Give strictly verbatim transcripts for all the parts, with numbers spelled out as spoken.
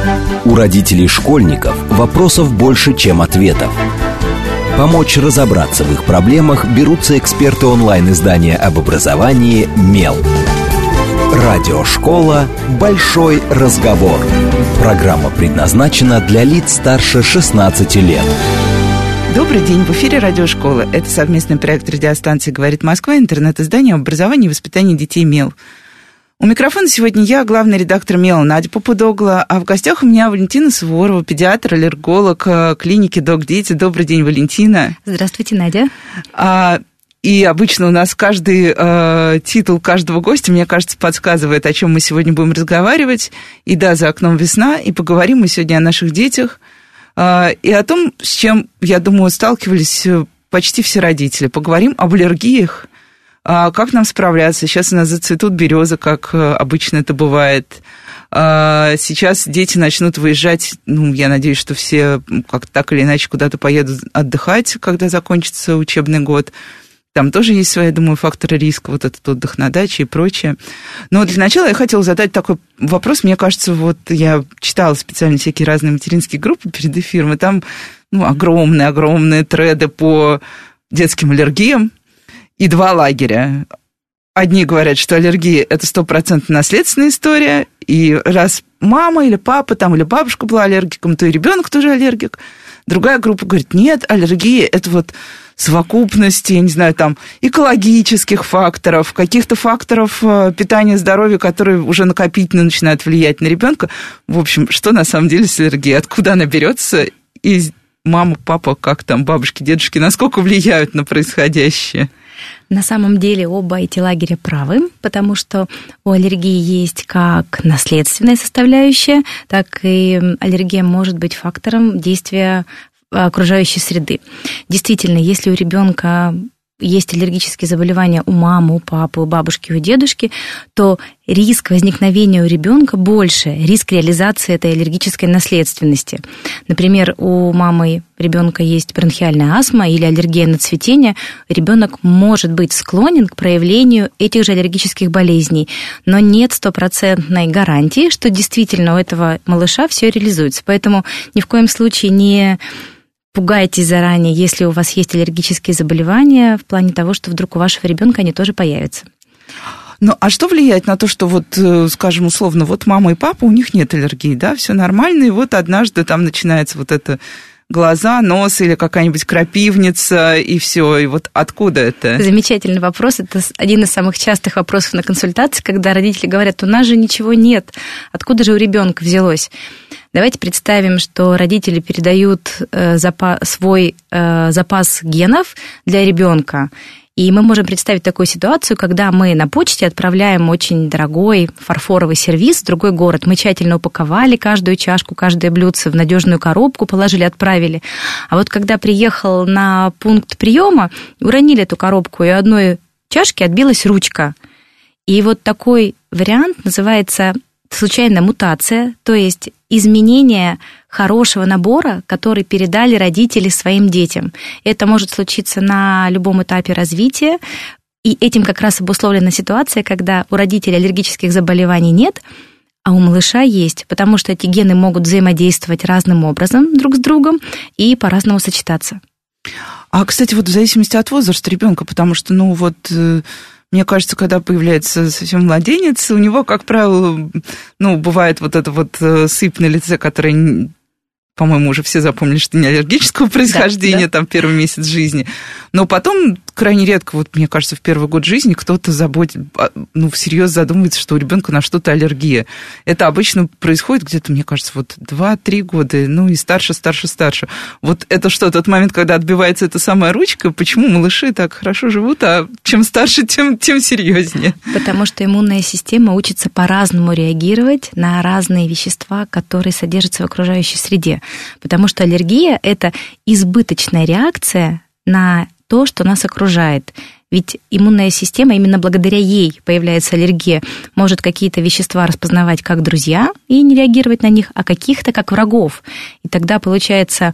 У родителей школьников вопросов больше, чем ответов. Помочь разобраться в их проблемах берутся эксперты онлайн-издания об образовании «Мел». Радиошкола «Большой разговор». Программа предназначена для лиц старше шестнадцати лет. Добрый день, в эфире Радиошкола. Это совместный проект радиостанции «Говорит Москва», интернет-издание об образовании и воспитании детей «Мел». У микрофона сегодня я, главный редактор «Мела» Надя Попудогла, а в гостях у меня Валентина Суворова, педиатр, аллерголог клиники «Док Дети». Добрый день, Валентина. Здравствуйте, Надя. А, и обычно у нас каждый э, титул каждого гостя, мне кажется, подсказывает, о чем мы сегодня будем разговаривать. И да, за окном весна, и поговорим мы сегодня о наших детях э, и о том, с чем, я думаю, сталкивались почти все родители. Поговорим об аллергиях. Как нам справляться? Сейчас у нас зацветут березы, как обычно это бывает. Сейчас дети начнут выезжать, ну, я надеюсь, что все как так или иначе куда-то поедут отдыхать, когда закончится учебный год. Там тоже есть свои, я думаю, факторы риска, вот этот отдых на даче и прочее. Но для начала я хотела задать такой вопрос. Мне кажется, вот я читала специально всякие разные материнские группы перед эфиром, и там ну, огромные-огромные треды по детским аллергиям. И два лагеря. Одни говорят, что аллергия – это стопроцентно наследственная история, и раз мама или папа там, или бабушка была аллергиком, то и ребенок тоже аллергик. Другая группа говорит, нет, аллергия – это вот совокупность, я не знаю, там, экологических факторов, каких-то факторов питания, здоровья, которые уже накопительно начинают влиять на ребенка. В общем, что на самом деле с аллергией? Откуда она берется? И мама, папа, как там, бабушки, дедушки, насколько влияют на происходящее? На самом деле оба эти лагеря правы, потому что у аллергии есть как наследственная составляющая, так и аллергия может быть фактором действия окружающей среды. Действительно, если у ребенка есть аллергические заболевания у мамы, у папы, у бабушки, у дедушки, то риск возникновения у ребенка больше, риск реализации этой аллергической наследственности. Например, у мамы ребенка есть бронхиальная астма или аллергия на цветение, ребенок может быть склонен к проявлению этих же аллергических болезней, но нет стопроцентной гарантии, что действительно у этого малыша все реализуется. Поэтому ни в коем случае не пугайтесь заранее, если у вас есть аллергические заболевания, в плане того, что вдруг у вашего ребенка они тоже появятся. Ну, а что влияет на то, что вот, скажем, условно, вот мама и папа, у них нет аллергии, да, все нормально, и вот однажды там начинается вот это глаза, нос или какая-нибудь крапивница, и все, и вот откуда это? Замечательный вопрос, это один из самых частых вопросов на консультации, когда родители говорят, у нас же ничего нет, откуда же у ребенка взялось? Давайте представим, что родители передают запас, свой запас генов для ребенка. И мы можем представить такую ситуацию, когда мы на почте отправляем очень дорогой фарфоровый сервиз в другой город. Мы тщательно упаковали каждую чашку, каждое блюдце в надежную коробку, положили, отправили. А вот когда приехал на пункт приема, уронили эту коробку, и у одной чашки отбилась ручка. И вот такой вариант называется случайная мутация, то есть изменение хорошего набора, который передали родители своим детям. Это может случиться на любом этапе развития, и этим как раз обусловлена ситуация, когда у родителей аллергических заболеваний нет, а у малыша есть, потому что эти гены могут взаимодействовать разным образом друг с другом и по-разному сочетаться. А, кстати, вот в зависимости от возраста ребенка, потому что, ну вот... Мне кажется, когда появляется совсем младенец, у него, как правило, ну, бывает вот эта вот сыпь на лице, которая, по-моему, уже все запомнили, что не аллергического происхождения, да, да. Там первый месяц жизни. Но потом крайне редко, вот мне кажется, в первый год жизни кто-то заботит, ну, всерьез задумывается, что у ребенка на что-то аллергия. Это обычно происходит где-то, мне кажется, вот два-три года, ну, и старше, старше, старше. Вот это что, тот момент, когда отбивается эта самая ручка, почему малыши так хорошо живут, а чем старше, тем, тем серьезнее? Потому что иммунная система учится по-разному реагировать на разные вещества, которые содержатся в окружающей среде. Потому что аллергия – это избыточная реакция на то, что нас окружает. Ведь иммунная система, именно благодаря ей появляется аллергия, может какие-то вещества распознавать как друзья и не реагировать на них, а каких-то как врагов. И тогда, получается,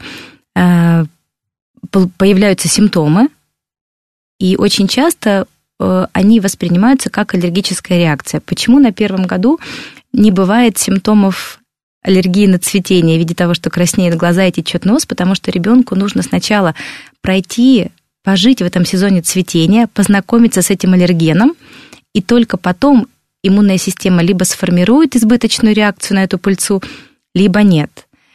появляются симптомы, и очень часто они воспринимаются как аллергическая реакция. Почему на первом году не бывает симптомов аллергии на цветение в виде того, что краснеют глаза и течет нос, потому что ребенку нужно сначала пройти, пожить в этом сезоне цветения, познакомиться с этим аллергеном, и только потом иммунная система либо сформирует избыточную реакцию на эту пыльцу, либо нет.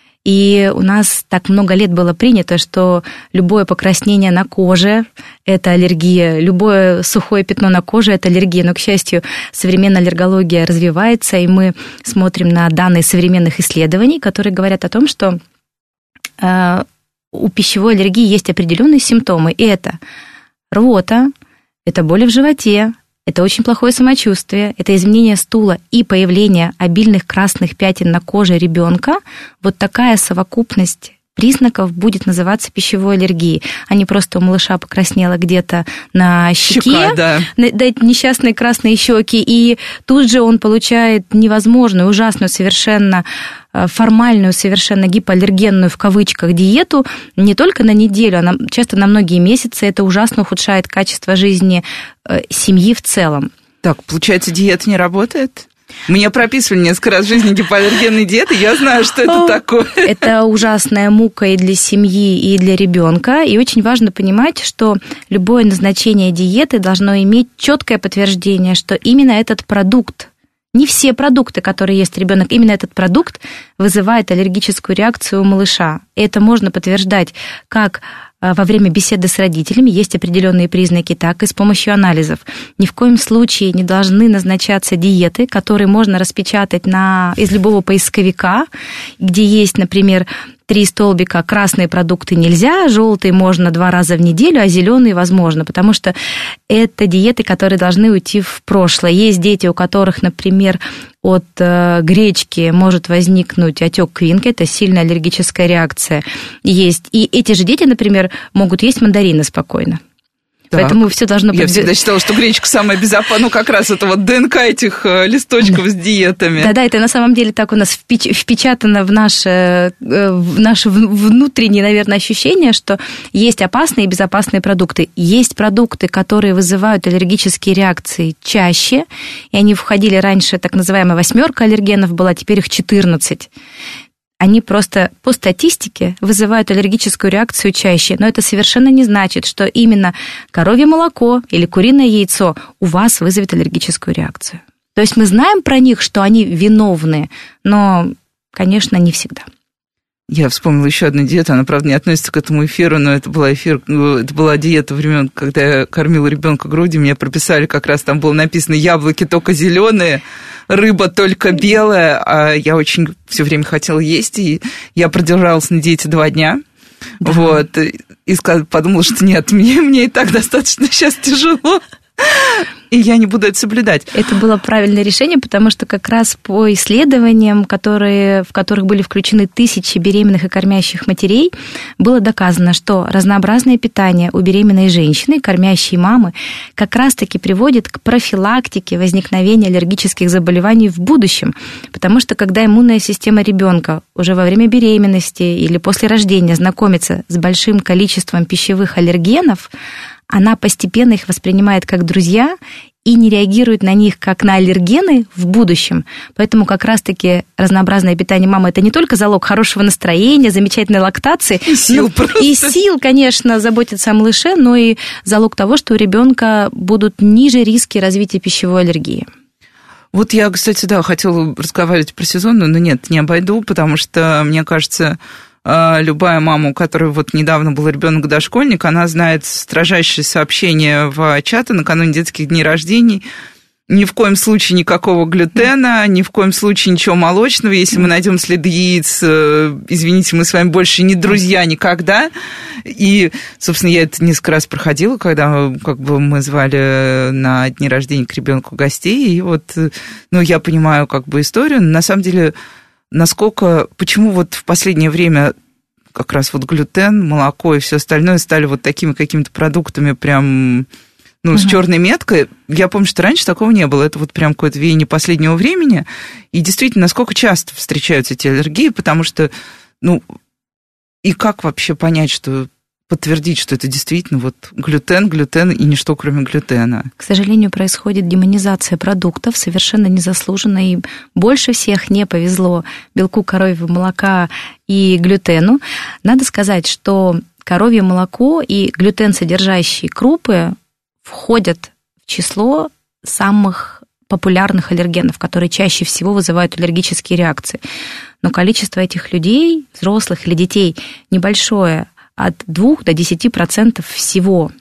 И у нас так много лет было принято, что любое покраснение на коже – это аллергия, любое сухое пятно на коже – это аллергия. Но, к счастью, современная аллергология развивается, и мы смотрим на данные современных исследований, которые говорят о том, что э, у пищевой аллергии есть определенные симптомы. И это рвота, это боли в животе, это очень плохое самочувствие, это изменение стула и появление обильных красных пятен на коже ребенка. Вот такая совокупность признаков будет называться пищевой аллергией, а не просто у малыша покраснело где-то на щеке, Щека, да. Да, несчастные красные щеки, и тут же он получает невозможную, ужасную совершенно формальную, совершенно гипоаллергенную в кавычках диету не только на неделю, а часто на многие месяцы. Это ужасно ухудшает качество жизни семьи в целом. Так, получается, диета не работает? Мне прописывали несколько раз в жизни гипоаллергенные диеты, я знаю, что это такое. Это ужасная мука и для семьи, и для ребенка. И очень важно понимать, что любое назначение диеты должно иметь четкое подтверждение, что именно этот продукт, не все продукты, которые ест ребенок, именно этот продукт вызывает аллергическую реакцию у малыша. И это можно подтверждать как во время беседы с родителями, есть определенные признаки, так и с помощью анализов. Ни в коем случае не должны назначаться диеты, которые можно распечатать на, из любого поисковика, где есть, например, три столбика: красные продукты нельзя, желтые можно два раза в неделю, а зеленые возможно, потому что это диеты, которые должны уйти в прошлое. Есть дети, у которых, например, от э, гречки может возникнуть отек квинки, это сильная аллергическая реакция. Есть. И эти же дети, например, могут есть мандарины спокойно. Так. Поэтому все должно быть... Я всегда считала, что гречка самая безопасная, ну, как раз это вот ДНК этих листочков да. с диетами. Да-да, это на самом деле так у нас впечатано в наше, в наше внутреннее, наверное, ощущение, что есть опасные и безопасные продукты. Есть продукты, которые вызывают аллергические реакции чаще, и они входили раньше, так называемая восьмерка аллергенов была, теперь их четырнадцать. Они просто по статистике вызывают аллергическую реакцию чаще, но это совершенно не значит, что именно коровье молоко или куриное яйцо у вас вызовет аллергическую реакцию. То есть мы знаем про них, что они виновны, но, конечно, не всегда. Я вспомнила еще одну диету, она, правда, не относится к этому эфиру, но это была, эфир, это была диета времен, когда я кормила ребенка грудью, мне прописали, как раз там было написано: яблоки только зеленые, рыба только белая, а я очень все время хотела есть, и я продержалась на диете два дня, да. вот, и подумала, что нет, мне, мне и так достаточно сейчас тяжело. И я не буду это соблюдать. Это было правильное решение, потому что как раз по исследованиям, которые, в которых были включены тысячи беременных и кормящих матерей, было доказано, что разнообразное питание у беременной женщины, кормящей мамы, как раз-таки приводит к профилактике возникновения аллергических заболеваний в будущем. Потому что когда иммунная система ребенка уже во время беременности или после рождения знакомится с большим количеством пищевых аллергенов, она постепенно их воспринимает как друзья и не реагирует на них как на аллергены в будущем. Поэтому как раз-таки разнообразное питание мамы – это не только залог хорошего настроения, замечательной лактации, и сил, ну, и сил, конечно, заботиться о малыше, но и залог того, что у ребенка будут ниже риски развития пищевой аллергии. Вот я, кстати, да, хотела разговаривать про сезонную, но нет, не обойду, потому что, мне кажется, любая мама, у которой вот недавно был ребенок-дошкольник, она знает строжайшие сообщения в чаты накануне детских дней рождений. Ни в коем случае никакого глютена, ни в коем случае ничего молочного. Если мы найдем следы яиц, извините, мы с вами больше не друзья никогда. И, собственно, я это несколько раз проходила, когда как бы мы звали на дни рождения к ребенку гостей. И вот, ну, я понимаю как бы историю, но на самом деле... Насколько, почему вот в последнее время как раз вот глютен, молоко и все остальное стали вот такими какими-то продуктами прям, ну, с черной меткой? Я помню, что раньше такого не было. Это вот прям какое-то веяние последнего времени. И действительно, насколько часто встречаются эти аллергии, потому что, ну, и как вообще понять, что подтвердить, что это действительно вот глютен, глютен и ничто, кроме глютена. К сожалению, происходит демонизация продуктов, совершенно незаслуженно, и больше всех не повезло белку коровьего молока и глютену. Надо сказать, что коровье молоко и глютен, содержащие крупы, входят в число самых популярных аллергенов, которые чаще всего вызывают аллергические реакции. Но количество этих людей, взрослых или детей, небольшое, от двух до десяти процентов всего.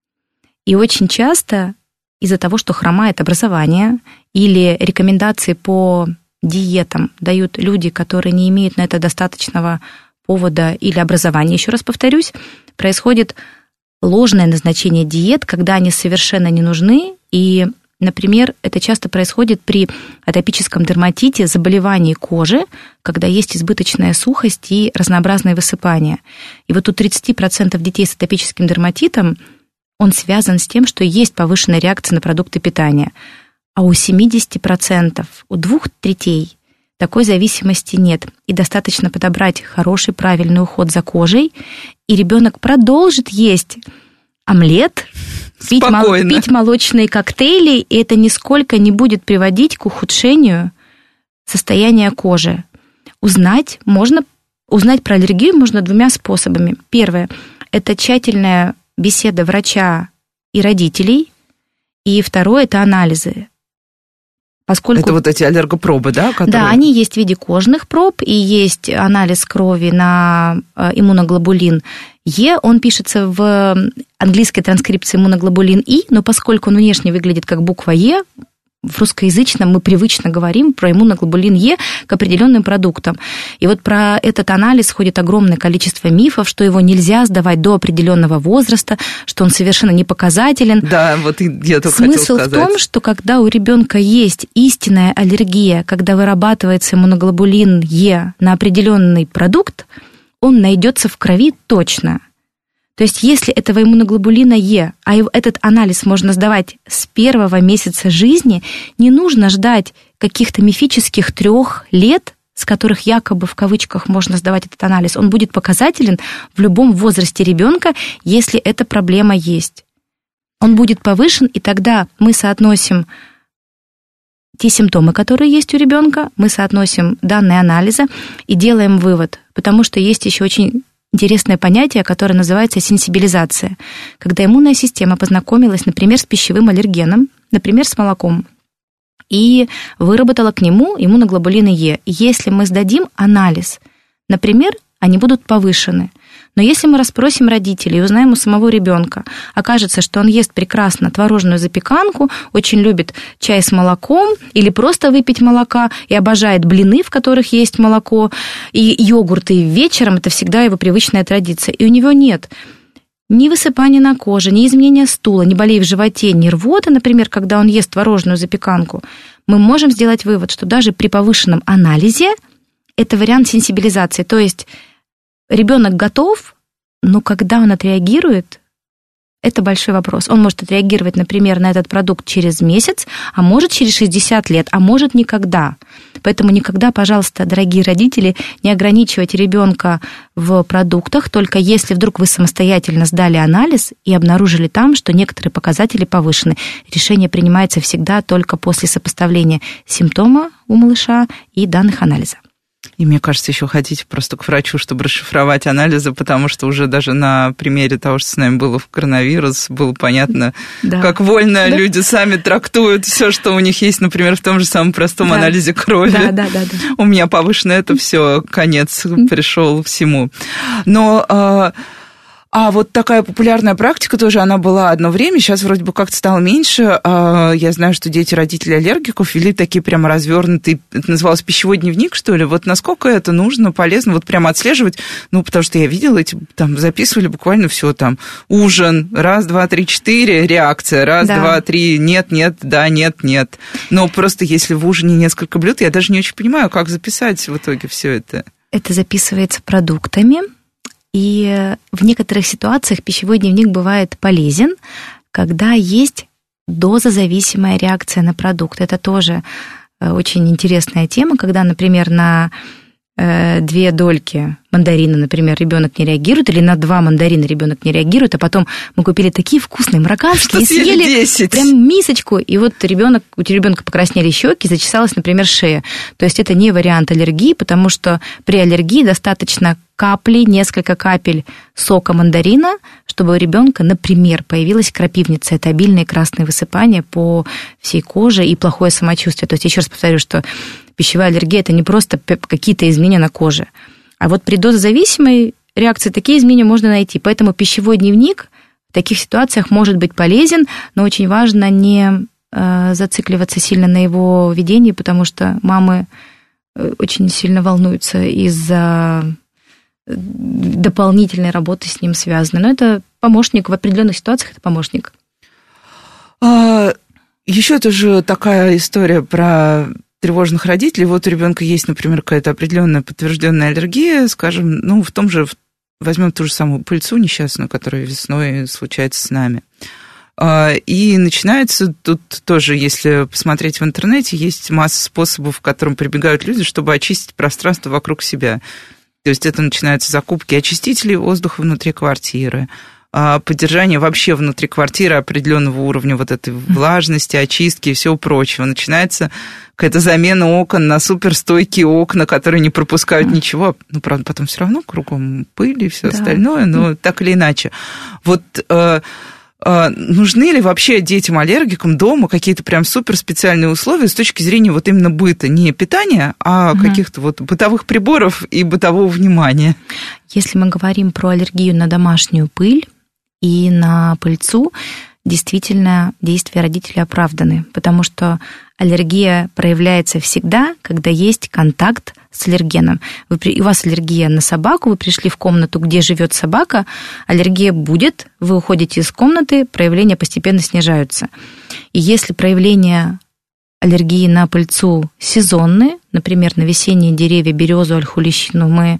И очень часто из-за того, что хромает образование или рекомендации по диетам дают люди, которые не имеют на это достаточного повода или образования, еще раз повторюсь, происходит ложное назначение диет, когда они совершенно не нужны, и, например, это часто происходит при атопическом дерматите, заболевании кожи, когда есть избыточная сухость и разнообразные высыпания. И вот у тридцати процентов детей с атопическим дерматитом он связан с тем, что есть повышенная реакция на продукты питания. А у семидесяти процентов, у двух третей такой зависимости нет. И достаточно подобрать хороший, правильный уход за кожей, и ребенок продолжит есть омлет, пить, мол, пить молочные коктейли, и это нисколько не будет приводить к ухудшению состояния кожи. Узнать можно, узнать про аллергию можно двумя способами. Первое – это тщательная беседа врача и родителей, и второе – это анализы. Поскольку... Это вот эти аллергопробы, да? Которые... Да, они есть в виде кожных проб, и есть анализ крови на иммуноглобулин Е, он пишется в английской транскрипции иммуноглобулин И, но поскольку он внешне выглядит как буква Е, в русскоязычном мы привычно говорим про иммуноглобулин Е к определенным продуктам. И вот про этот анализ ходит огромное количество мифов, что его нельзя сдавать до определенного возраста, что он совершенно не показателен. Да, вот я только Смысл хотела сказать. в том, что когда у ребенка есть истинная аллергия, когда вырабатывается иммуноглобулин Е на определенный продукт, он найдется в крови точно. То есть если этого иммуноглобулина Е, а этот анализ можно сдавать с первого месяца жизни, не нужно ждать каких-то мифических трех лет, с которых якобы в кавычках можно сдавать этот анализ. Он будет показателен в любом возрасте ребенка, если эта проблема есть. Он будет повышен, и тогда мы соотносим те симптомы, которые есть у ребенка, мы соотносим данные анализа и делаем вывод, потому что есть еще очень интересное понятие, которое называется сенсибилизация, когда иммунная система познакомилась, например, с пищевым аллергеном, например, с молоком, и выработала к нему иммуноглобулины Е. Если мы сдадим анализ, например, они будут повышены. Но если мы расспросим родителей и узнаем у самого ребенка, окажется, что он ест прекрасно творожную запеканку, очень любит чай с молоком или просто выпить молока и обожает блины, в которых есть молоко, и йогурты вечером, это всегда его привычная традиция. И у него нет ни высыпания на коже, ни изменения стула, ни болей в животе, ни рвоты, например, когда он ест творожную запеканку, мы можем сделать вывод, что даже при повышенном анализе это вариант сенсибилизации, то есть ребенок готов, но когда он отреагирует, это большой вопрос. Он может отреагировать, например, на этот продукт через месяц, а может через шестьдесят лет, а может никогда. Поэтому никогда, пожалуйста, дорогие родители, не ограничивайте ребенка в продуктах, только если вдруг вы самостоятельно сдали анализ и обнаружили там, что некоторые показатели повышены. Решение принимается всегда только после сопоставления симптома у малыша и данных анализа. И мне кажется, еще хотите просто к врачу, чтобы расшифровать анализы, потому что уже даже на примере того, что с нами было в коронавирус, было понятно, да. как вольно да. люди сами трактуют все, что у них есть, например, в том же самом простом да. анализе крови. Да, да, да, да. У меня повышено это все, конец пришел всему. Но... А вот такая популярная практика тоже, она была одно время, сейчас вроде бы как-то стало меньше. Я знаю, что дети родителей аллергиков вели такие прямо развернутые, это называлось пищевой дневник, что ли? Вот насколько это нужно, полезно, вот прямо отслеживать? Ну, потому что я видела, эти там записывали буквально все там. Ужин, раз, два, три, четыре, реакция, раз, да. два, три, нет, нет, да, нет, нет. Но просто если в ужине несколько блюд, я даже не очень понимаю, как записать в итоге все это. Это записывается продуктами. И в некоторых ситуациях пищевой дневник бывает полезен, когда есть дозозависимая реакция на продукт. Это тоже очень интересная тема, когда, например, на две дольки мандарина, например, ребенок не реагирует, или на два мандарина ребенок не реагирует, а потом мы купили такие вкусные марокканские, и съели десять. Прям мисочку, и вот ребенок, у ребенка покраснели щеки, зачесалась, например, шея. То есть это не вариант аллергии, потому что при аллергии достаточно капли, несколько капель сока мандарина, чтобы у ребенка, например, появилась крапивница. Это обильные красные высыпания по всей коже и плохое самочувствие. То есть еще раз повторю, что пищевая аллергия – это не просто какие-то изменения на коже. А вот при дозозависимой реакции такие изменения можно найти. Поэтому пищевой дневник в таких ситуациях может быть полезен, но очень важно не зацикливаться сильно на его ведении, потому что мамы очень сильно волнуются из-за дополнительной работы с ним связаны. Но это помощник, в определенных ситуациях это помощник. А, еще тоже такая история про тревожных родителей. Вот у ребенка есть, например, какая-то определенная подтвержденная аллергия, скажем, ну, в том же, возьмем ту же самую пыльцу несчастную, которая весной случается с нами. И начинается тут тоже, если посмотреть в интернете, есть масса способов, к которым прибегают люди, чтобы очистить пространство вокруг себя. То есть это начинаются закупки очистителей воздуха внутри квартиры, поддержание вообще внутри квартиры определенного уровня вот этой влажности, очистки и всего прочего. Начинается какая-то замена окон на суперстойкие окна, которые не пропускают ничего. Ну, правда, потом все равно кругом пыль и все да. остальное, но так или иначе. Вот э, э, нужны ли вообще детям-аллергикам дома какие-то прям суперспециальные условия с точки зрения вот именно быта, не питания, а угу. каких-то вот бытовых приборов и бытового внимания? Если мы говорим про аллергию на домашнюю пыль, и на пыльцу действительно действия родителей оправданы, потому что аллергия проявляется всегда, когда есть контакт с аллергеном. Вы, у вас аллергия на собаку, вы пришли в комнату, где живет собака, аллергия будет, вы уходите из комнаты, проявления постепенно снижаются. И если проявления аллергии на пыльцу сезонные, например, на весенние деревья, березу, ольху, лещину, мы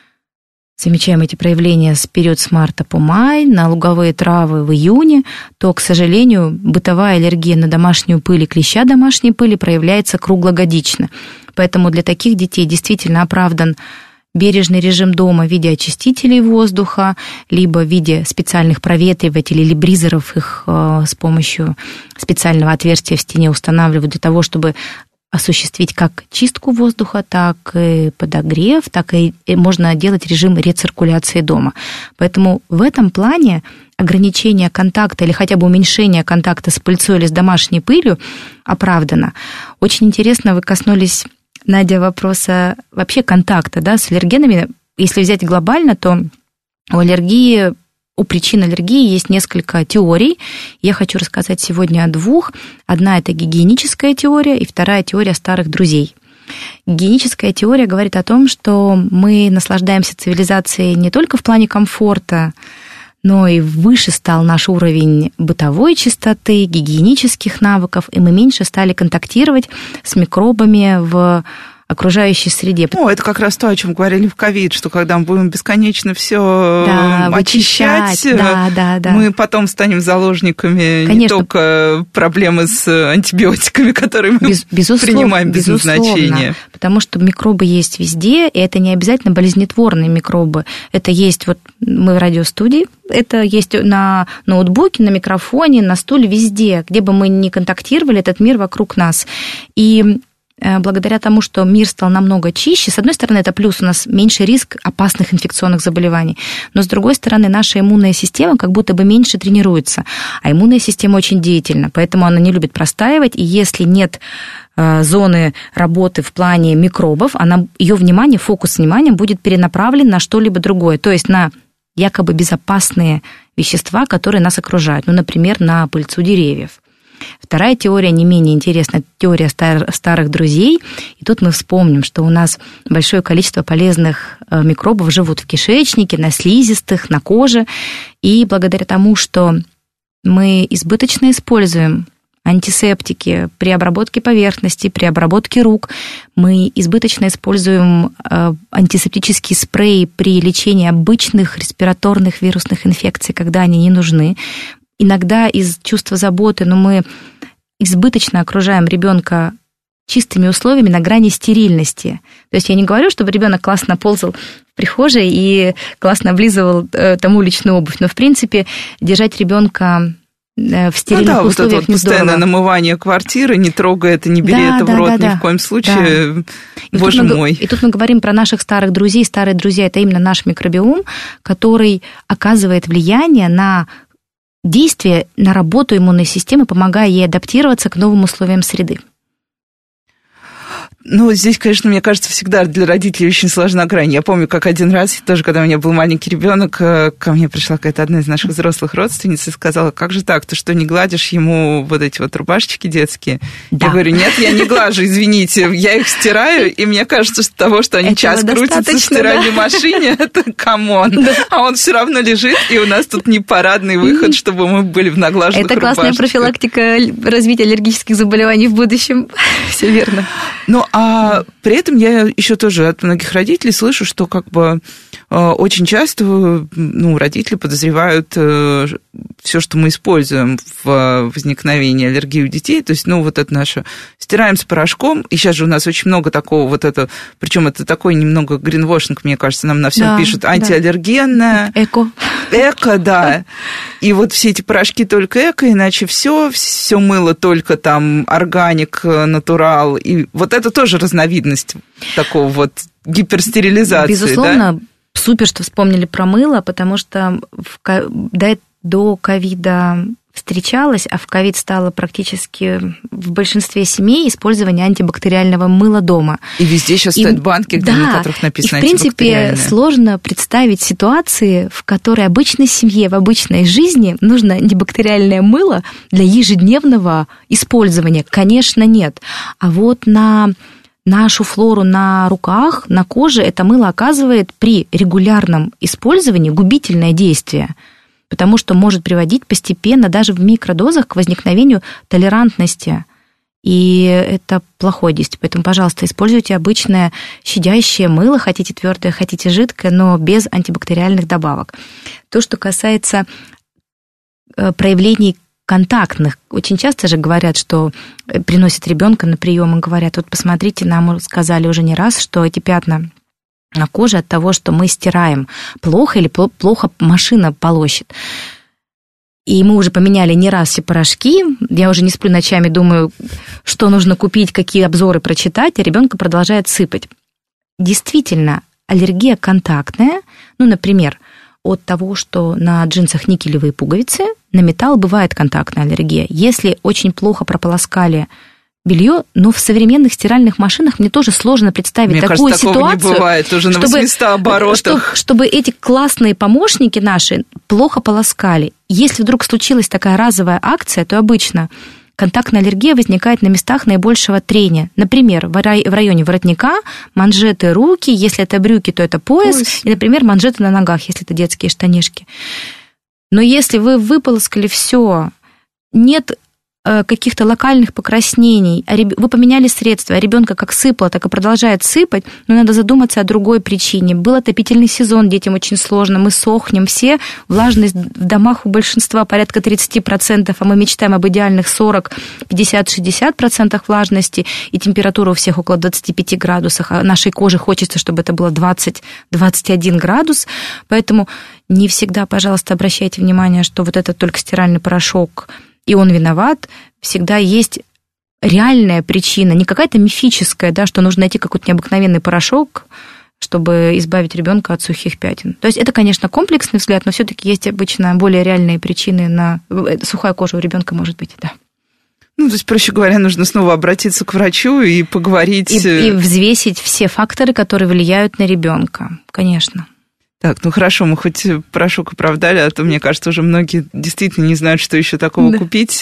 замечаем эти проявления с период с марта по май, на луговые травы в июне, то, к сожалению, бытовая аллергия на домашнюю пыль и клеща домашней пыли проявляется круглогодично. Поэтому для таких детей действительно оправдан бережный режим дома в виде очистителей воздуха, либо в виде специальных проветривателей или бризеров, их э, с помощью специального отверстия в стене устанавливают для того, чтобы осуществить как чистку воздуха, так и подогрев, так и можно делать режим рециркуляции дома. Поэтому в этом плане ограничение контакта или хотя бы уменьшение контакта с пыльцой или с домашней пылью оправдано. Очень интересно, вы коснулись, Надя, вопроса вообще контакта, да, с аллергенами. Если взять глобально, то у аллергии У причин аллергии есть несколько теорий. Я хочу рассказать сегодня о двух. Одна – это гигиеническая теория, и вторая – теория старых друзей. Гигиеническая теория говорит о том, что мы наслаждаемся цивилизацией не только в плане комфорта, но и выше стал наш уровень бытовой чистоты, гигиенических навыков, и мы меньше стали контактировать с микробами в окружающей среде. Ну, это как раз то, о чем говорили в ковид, что когда мы будем бесконечно все да, очищать, да, да, да. мы потом станем заложниками Конечно. не только проблемы с антибиотиками, которые мы Без, безусловно, принимаем без назначения. Потому что микробы есть везде, и это не обязательно болезнетворные микробы. Это есть, вот мы в радиостудии, это есть на ноутбуке, на микрофоне, на стуле, везде, где бы мы ни контактировали, этот мир вокруг нас. И благодаря тому, что мир стал намного чище, с одной стороны, это плюс, у нас меньше риск опасных инфекционных заболеваний, но с другой стороны, наша иммунная система как будто бы меньше тренируется, а иммунная система очень деятельна, поэтому она не любит простаивать, и если нет зоны работы в плане микробов, она, ее внимание, фокус внимания будет перенаправлен на что-либо другое, то есть на якобы безопасные вещества, которые нас окружают, ну, например, на пыльцу деревьев. Вторая теория, не менее интересная, теория стар, старых друзей. И тут мы вспомним, что у нас большое количество полезных микробов живут в кишечнике, на слизистых, на коже. И благодаря тому, что мы избыточно используем антисептики при обработке поверхности, при обработке рук, мы избыточно используем антисептические спреи при лечении обычных респираторных вирусных инфекций, когда они не нужны. Иногда из чувства заботы, но мы избыточно окружаем ребенка чистыми условиями на грани стерильности. То есть я не говорю, чтобы ребенок классно ползал в прихожей и классно облизывал э, там уличную обувь, но, в принципе, держать ребенка в стерильных ну, да, условиях вот это вот не постоянное здорово. намывание квартиры, не трогай это, не бери да, это да, в рот да, ни да. в коем случае. Да. Боже и мой. Мы, и тут мы говорим про наших старых друзей. Старые друзья – это именно наш микробиом, который оказывает влияние на действие, на работу иммунной системы, помогая ей адаптироваться к новым условиям среды. Ну, здесь, конечно, мне кажется, всегда для родителей очень сложна грань. Я помню, как один раз, тоже, когда у меня был маленький ребенок, ко мне пришла какая-то одна из наших взрослых родственниц и сказала: как же так, ты что, не гладишь ему вот эти вот рубашечки детские? Да. Я говорю: нет, я не глажу, извините, я их стираю, и мне кажется, что того, что они час крутятся в стиральной да. машине, это камон. Да. А он все равно лежит, и у нас тут не парадный выход, чтобы мы были в наглаженных рубашках. Это классная профилактика развития аллергических заболеваний в будущем. Все верно. Ну, а при этом я еще тоже от многих родителей слышу, что как бы очень часто, ну, родители подозревают все, что мы используем в возникновении аллергии у детей. То есть, ну, вот это наше стираем с порошком, и сейчас же у нас очень много такого вот это, причем это такой немного гринвошинг, мне кажется, нам на всем да, пишут, антиаллергенное. Да. Эко. Эко, да. И вот все эти порошки только эко, иначе все, все мыло только там органик, натурал. И вот это тоже разновидность такого вот гиперстерилизации. Безусловно, да? Супер, что вспомнили про мыло, потому что в, до, до ковида встречалось, а в ковид стало практически в большинстве семей использование антибактериального мыла дома. И везде сейчас и, стоят банки, где, да, на которых написано и, в принципе, сложно представить ситуации, в которой обычной семье, в обычной жизни нужно антибактериальное мыло для ежедневного использования. Конечно, нет. А вот на нашу флору на руках, на коже это мыло оказывает при регулярном использовании губительное действие, потому что может приводить постепенно, даже в микродозах, к возникновению толерантности. И это плохое действие. Поэтому, пожалуйста, используйте обычное щадящее мыло, хотите твердое, хотите жидкое, но без антибактериальных добавок. То, что касается проявлений контактных. Очень часто же говорят, что приносят ребенка на прием и говорят: вот посмотрите, нам сказали уже не раз, что эти пятна на коже от того, что мы стираем плохо или плохо машина полощет. И мы уже поменяли не раз все порошки. Я уже не сплю ночами, думаю, что нужно купить, какие обзоры прочитать, а ребенка продолжает сыпать. Действительно, аллергия контактная, ну, например, от того, что на джинсах никелевые пуговицы, на металл бывает контактная аллергия. Если очень плохо прополоскали белье, но в современных стиральных машинах мне тоже сложно представить мне такую кажется, ситуацию. Такого не бывает, уже на восьмистах оборотах. Чтобы, чтобы эти классные помощники наши плохо полоскали. Если вдруг случилась такая разовая акция, то обычно контактная аллергия возникает на местах наибольшего трения. Например, в районе воротника, манжеты руки, если это брюки, то это пояс, пояс. И, например, манжеты на ногах, если это детские штанишки. Но если вы выполоскали все, нет каких-то локальных покраснений, вы поменяли средства, а ребенка как сыпало, так и продолжает сыпать, но надо задуматься о другой причине. Был отопительный сезон, детям очень сложно, мы сохнем все, влажность в домах у большинства порядка тридцать процентов, а мы мечтаем об идеальных сорок, пятьдесят, шестьдесят процентов влажности, и температура у всех около двадцать пять градусов, а нашей коже хочется, чтобы это было двадцать - двадцать один градус, поэтому не всегда, пожалуйста, обращайте внимание, что вот это только стиральный порошок, и он виноват, всегда есть реальная причина, не какая-то мифическая, да, что нужно найти какой-то необыкновенный порошок, чтобы избавить ребенка от сухих пятен. То есть это, конечно, комплексный взгляд, но все-таки есть обычно более реальные причины на сухая кожа у ребенка может быть, да. Ну, то есть, проще говоря, нужно снова обратиться к врачу и поговорить. И, и взвесить все факторы, которые влияют на ребенка, конечно. Так, ну хорошо, мы хоть порошок оправдали, а то, мне кажется, уже многие действительно не знают, что еще такого да. купить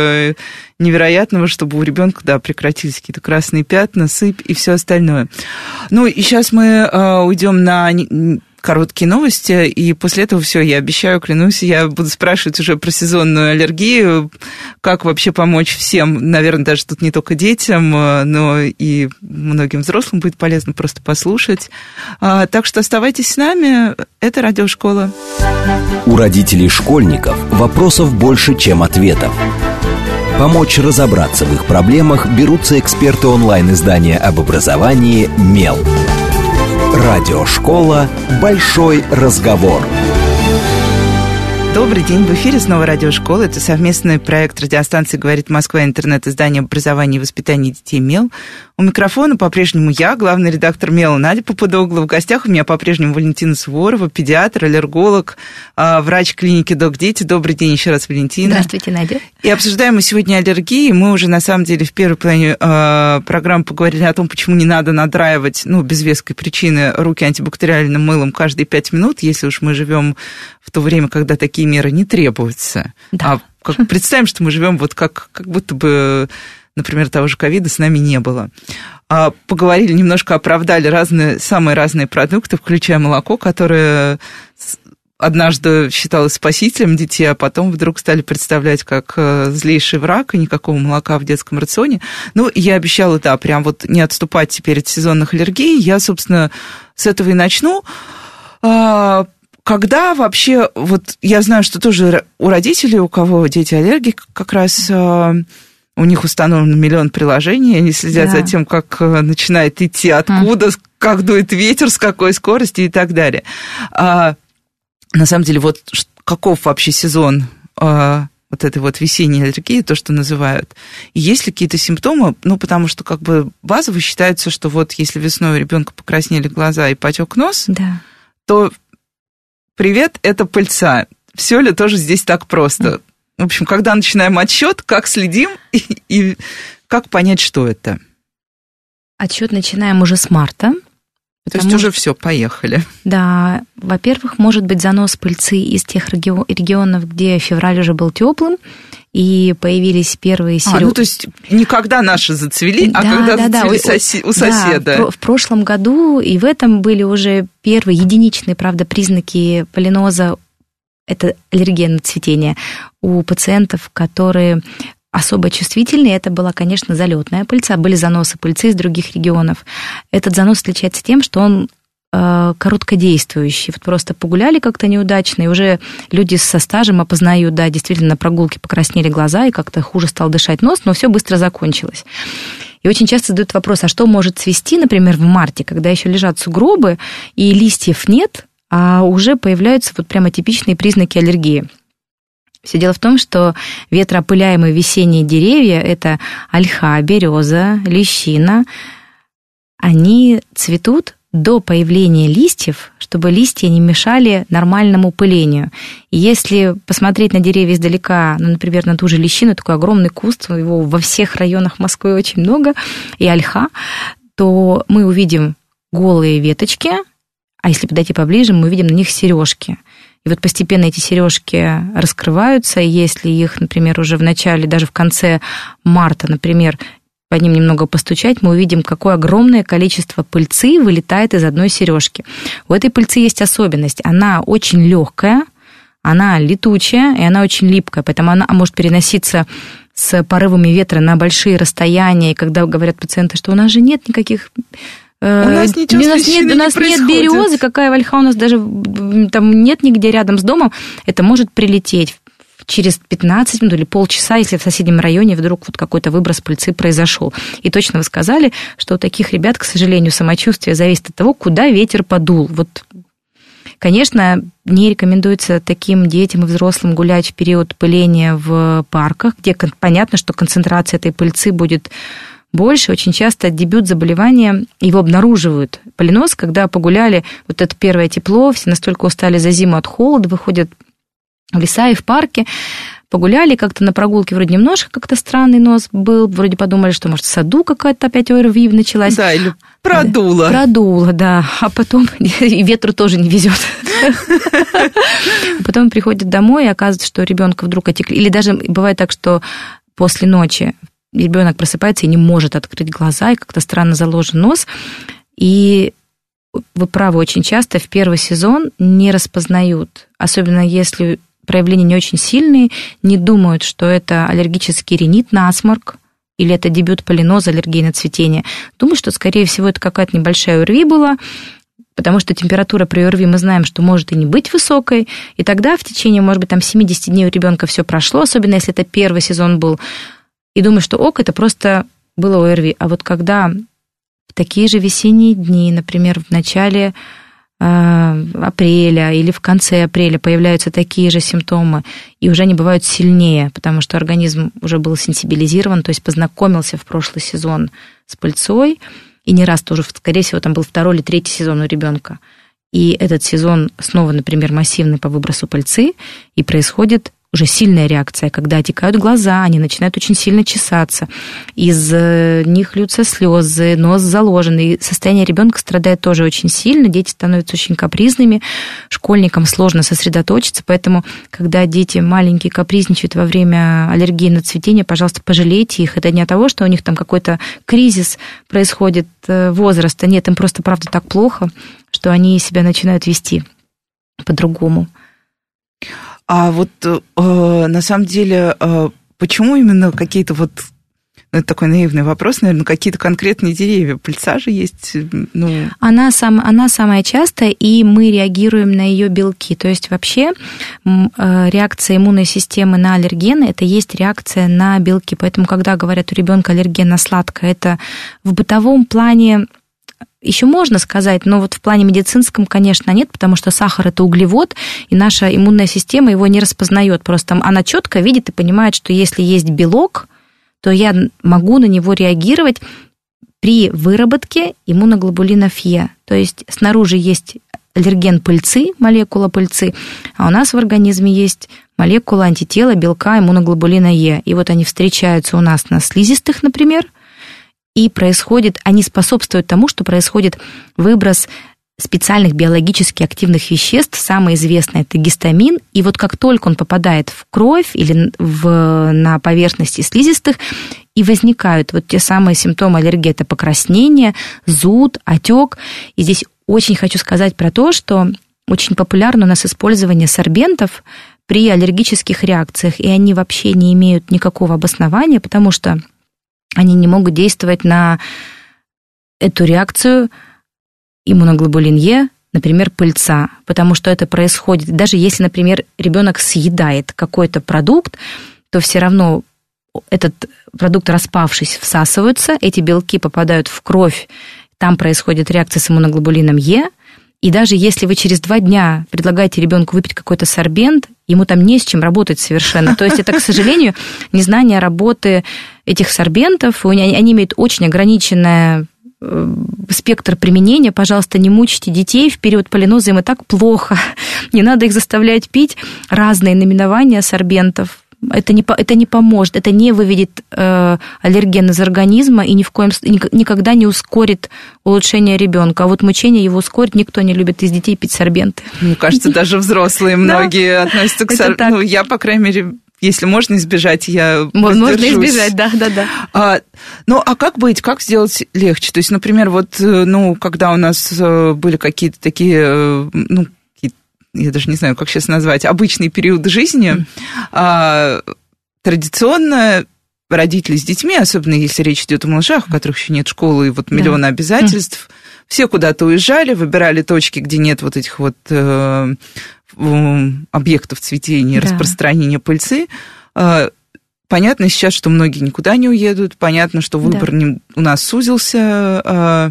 невероятного, чтобы у ребенка, да, прекратились какие-то красные пятна, сыпь и все остальное. Ну, и сейчас мы уйдем на короткие новости, и после этого все, я обещаю, клянусь, я буду спрашивать уже про сезонную аллергию, как вообще помочь всем, наверное, даже тут не только детям, но и многим взрослым будет полезно просто послушать. Так что оставайтесь с нами, это Радиошкола. У родителей школьников вопросов больше, чем ответов. Помочь разобраться в их проблемах берутся эксперты онлайн-издания об образовании «Мел». Радиошкола «Большой разговор». Добрый день, в эфире снова радиошкола. Это совместный проект радиостанции «Говорит Москва», интернет-издание образования и воспитания детей «Мел». У микрофона по-прежнему я, главный редактор «Мела» Надя Попудогла. В гостях у меня по-прежнему Валентина Суворова, педиатр, аллерголог, врач клиники «Док-Дети». Добрый день еще раз, Валентина. Здравствуйте, Надя. И обсуждаем мы сегодня аллергии. Мы уже, на самом деле, в первой половине э, программы поговорили о том, почему не надо надраивать, ну, без веской причины, руки антибактериальным мылом каждые пять минут, если уж мы живем в то время, когда такие меры не требуются. Да. А как, представим, что мы живем вот как, как будто бы, например, того же ковида с нами не было. А, поговорили, немножко оправдали разные, самые разные продукты, включая молоко, которое однажды считалось спасителем детей, а потом вдруг стали представлять как злейший враг, и никакого молока в детском рационе. Ну, я обещала, да, прям вот не отступать теперь от сезонных аллергий. Я, собственно, с этого и начну. Когда вообще, вот я знаю, что тоже у родителей, у кого дети аллергики, как раз у них установлен миллион приложений, они следят да. за тем, как начинает идти, откуда, mm. как дует ветер, с какой скоростью и так далее. А, на самом деле, вот каков вообще сезон а, вот этой вот весенней аллергии, то, что называют, и есть ли какие-то симптомы? Ну, потому что как бы базово считается, что вот если весной у ребенка покраснели глаза и потек нос, да. то привет, это пыльца. Все ли тоже здесь так просто? В общем, когда начинаем отсчет, как следим и, и как понять, что это? Отсчет начинаем уже с марта. То есть уже все, поехали. Да, во-первых, может быть занос пыльцы из тех регионов, где февраль уже был теплым, и появились первые серьезные... А, ну то есть никогда наши зацвели, да, а когда да, зацвели да, соси... у соседа. Да, в прошлом году и в этом были уже первые единичные, правда, признаки полиноза, это аллергия на цветение, у пациентов, которые особо чувствительные. Это была, конечно, залетная пыльца, были заносы пыльцы из других регионов. Этот занос отличается тем, что он э, короткодействующий. Вот просто погуляли как-то неудачно, и уже люди со стажем опознают, да, действительно, на прогулке покраснели глаза, и как-то хуже стал дышать нос, но все быстро закончилось. И очень часто задают вопрос, а что может цвести, например, в марте, когда еще лежат сугробы, и листьев нет, а уже появляются вот прямо типичные признаки аллергии. Все дело в том, что ветроопыляемые весенние деревья, это ольха, береза, лещина, они цветут до появления листьев, чтобы листья не мешали нормальному пылению. И если посмотреть на деревья издалека, ну, например, на ту же лещину, такой огромный куст, его во всех районах Москвы очень много, и ольха, то мы увидим голые веточки, а если подойти поближе, мы увидим на них сережки. И вот постепенно эти сережки раскрываются, и если их, например, уже в начале, даже в конце марта, например, по ним немного постучать, мы увидим, какое огромное количество пыльцы вылетает из одной сережки. У этой пыльцы есть особенность. Она очень легкая, она летучая, и она очень липкая, поэтому она может переноситься с порывами ветра на большие расстояния. И когда говорят пациенты, что у нас же нет никаких... У нас ничего у нас нет, у нас не нет березы, какая ольха, у нас даже там нет нигде рядом с домом. Это может прилететь через пятнадцать минут или полчаса, если в соседнем районе вдруг вот какой-то выброс пыльцы произошел. И точно вы сказали, что у таких ребят, к сожалению, самочувствие зависит от того, куда ветер подул. Вот, конечно, не рекомендуется таким детям и взрослым гулять в период пыления в парках, где понятно, что концентрация этой пыльцы будет больше. Очень часто дебют заболевания, его обнаруживают. Полиноз, когда погуляли, вот это первое тепло, все настолько устали за зиму от холода, выходят в леса и в парки, погуляли как-то на прогулке, вроде немножко как-то странный нос был, вроде подумали, что, может, в саду какая-то опять ОРВИ началась. Да, или продуло. Продуло, да. А потом и ветру тоже не везет. Потом приходят домой, и оказывается, что ребенка вдруг отекли. Или даже бывает так, что после ночи ребенок просыпается и не может открыть глаза, и как-то странно заложен нос. И вы правы, очень часто в первый сезон не распознают, особенно если проявления не очень сильные, не думают, что это аллергический ринит, насморк, или это дебют полиноза, аллергии на цветение. Думаю, что, скорее всего, это какая-то небольшая ОРВИ была, потому что температура при ОРВИ мы знаем, что может и не быть высокой, и тогда в течение, может быть, там семьдесят дней у ребенка все прошло, особенно если это первый сезон был, и думаешь, что ок, это просто было ОРВИ. А вот когда в такие же весенние дни, например, в начале апреля или в конце апреля появляются такие же симптомы, и уже они бывают сильнее, потому что организм уже был сенсибилизирован, то есть познакомился в прошлый сезон с пыльцой, и не раз тоже, скорее всего, там был второй или третий сезон у ребенка. И этот сезон снова, например, массивный по выбросу пыльцы, и происходит уже сильная реакция, когда отекают глаза, они начинают очень сильно чесаться, из них льются слезы, нос заложенный, состояние ребенка страдает тоже очень сильно, дети становятся очень капризными, школьникам сложно сосредоточиться, поэтому, когда дети маленькие капризничают во время аллергии на цветение, пожалуйста, пожалейте их. Это не от того, что у них там какой-то кризис происходит возраста, нет, им просто, правда, так плохо, что они себя начинают вести по-другому. А вот э, на самом деле, э, почему именно какие-то вот, ну, это такой наивный вопрос, наверное, какие-то конкретные деревья? Пыльца же есть, ну... Она, сам, она самая частая, и мы реагируем на ее белки. То есть вообще реакция иммунной системы на аллергены – это есть реакция на белки. Поэтому, когда говорят у ребенка аллерген на сладкое, это в бытовом плане... Еще можно сказать, но вот в плане медицинском, конечно, нет, потому что сахар – это углевод, и наша иммунная система его не распознает. Просто она четко видит и понимает, что если есть белок, то я могу на него реагировать при выработке иммуноглобулинов Е. То есть снаружи есть аллерген пыльцы, молекула пыльцы, а у нас в организме есть молекула антитела белка иммуноглобулина Е. И вот они встречаются у нас на слизистых, например, и происходит, они способствуют тому, что происходит выброс специальных биологически активных веществ. Самое известное – это гистамин. И вот как только он попадает в кровь или в, на поверхности слизистых, и возникают вот те самые симптомы аллергии – это покраснение, зуд, отек. И здесь очень хочу сказать про то, что очень популярно у нас использование сорбентов при аллергических реакциях, и они вообще не имеют никакого обоснования, потому что они не могут действовать на эту реакцию иммуноглобулин Е, например, пыльца, потому что это происходит, даже если, например, ребенок съедает какой-то продукт, то все равно этот продукт, распавшись, всасывается, эти белки попадают в кровь, там происходит реакция с иммуноглобулином Е, и даже если вы через два дня предлагаете ребенку выпить какой-то сорбент, ему там не с чем работать совершенно. То есть это, к сожалению, незнание работы этих сорбентов, они имеют очень ограниченное спектр применения. Пожалуйста, не мучайте детей в период полиноза, им и так плохо. Не надо их заставлять пить разные наименования сорбентов. Это не, это не поможет, это не выведет э, аллерген из организма и ни в коем никогда не ускорит улучшение ребенка. А вот мучение его ускорит, никто не любит из детей пить сорбенты. Мне кажется, даже взрослые многие относятся к сорбентам. Ну, я, по крайней мере, если можно избежать, я Можно избежать, да, да, да. А, ну, а как быть, как сделать легче? То есть, например, вот, ну, когда у нас были какие-то такие, ну, я даже не знаю, как сейчас назвать, обычный период жизни, mm. а, традиционно родители с детьми, особенно если речь идет о малышах, у которых еще нет школы и вот миллион да. обязательств, mm. все куда-то уезжали, выбирали точки, где нет вот этих вот э, объектов цветения, да. распространения пыльцы. А, понятно сейчас, что многие никуда не уедут, понятно, что выбор да. не, у нас сузился, а,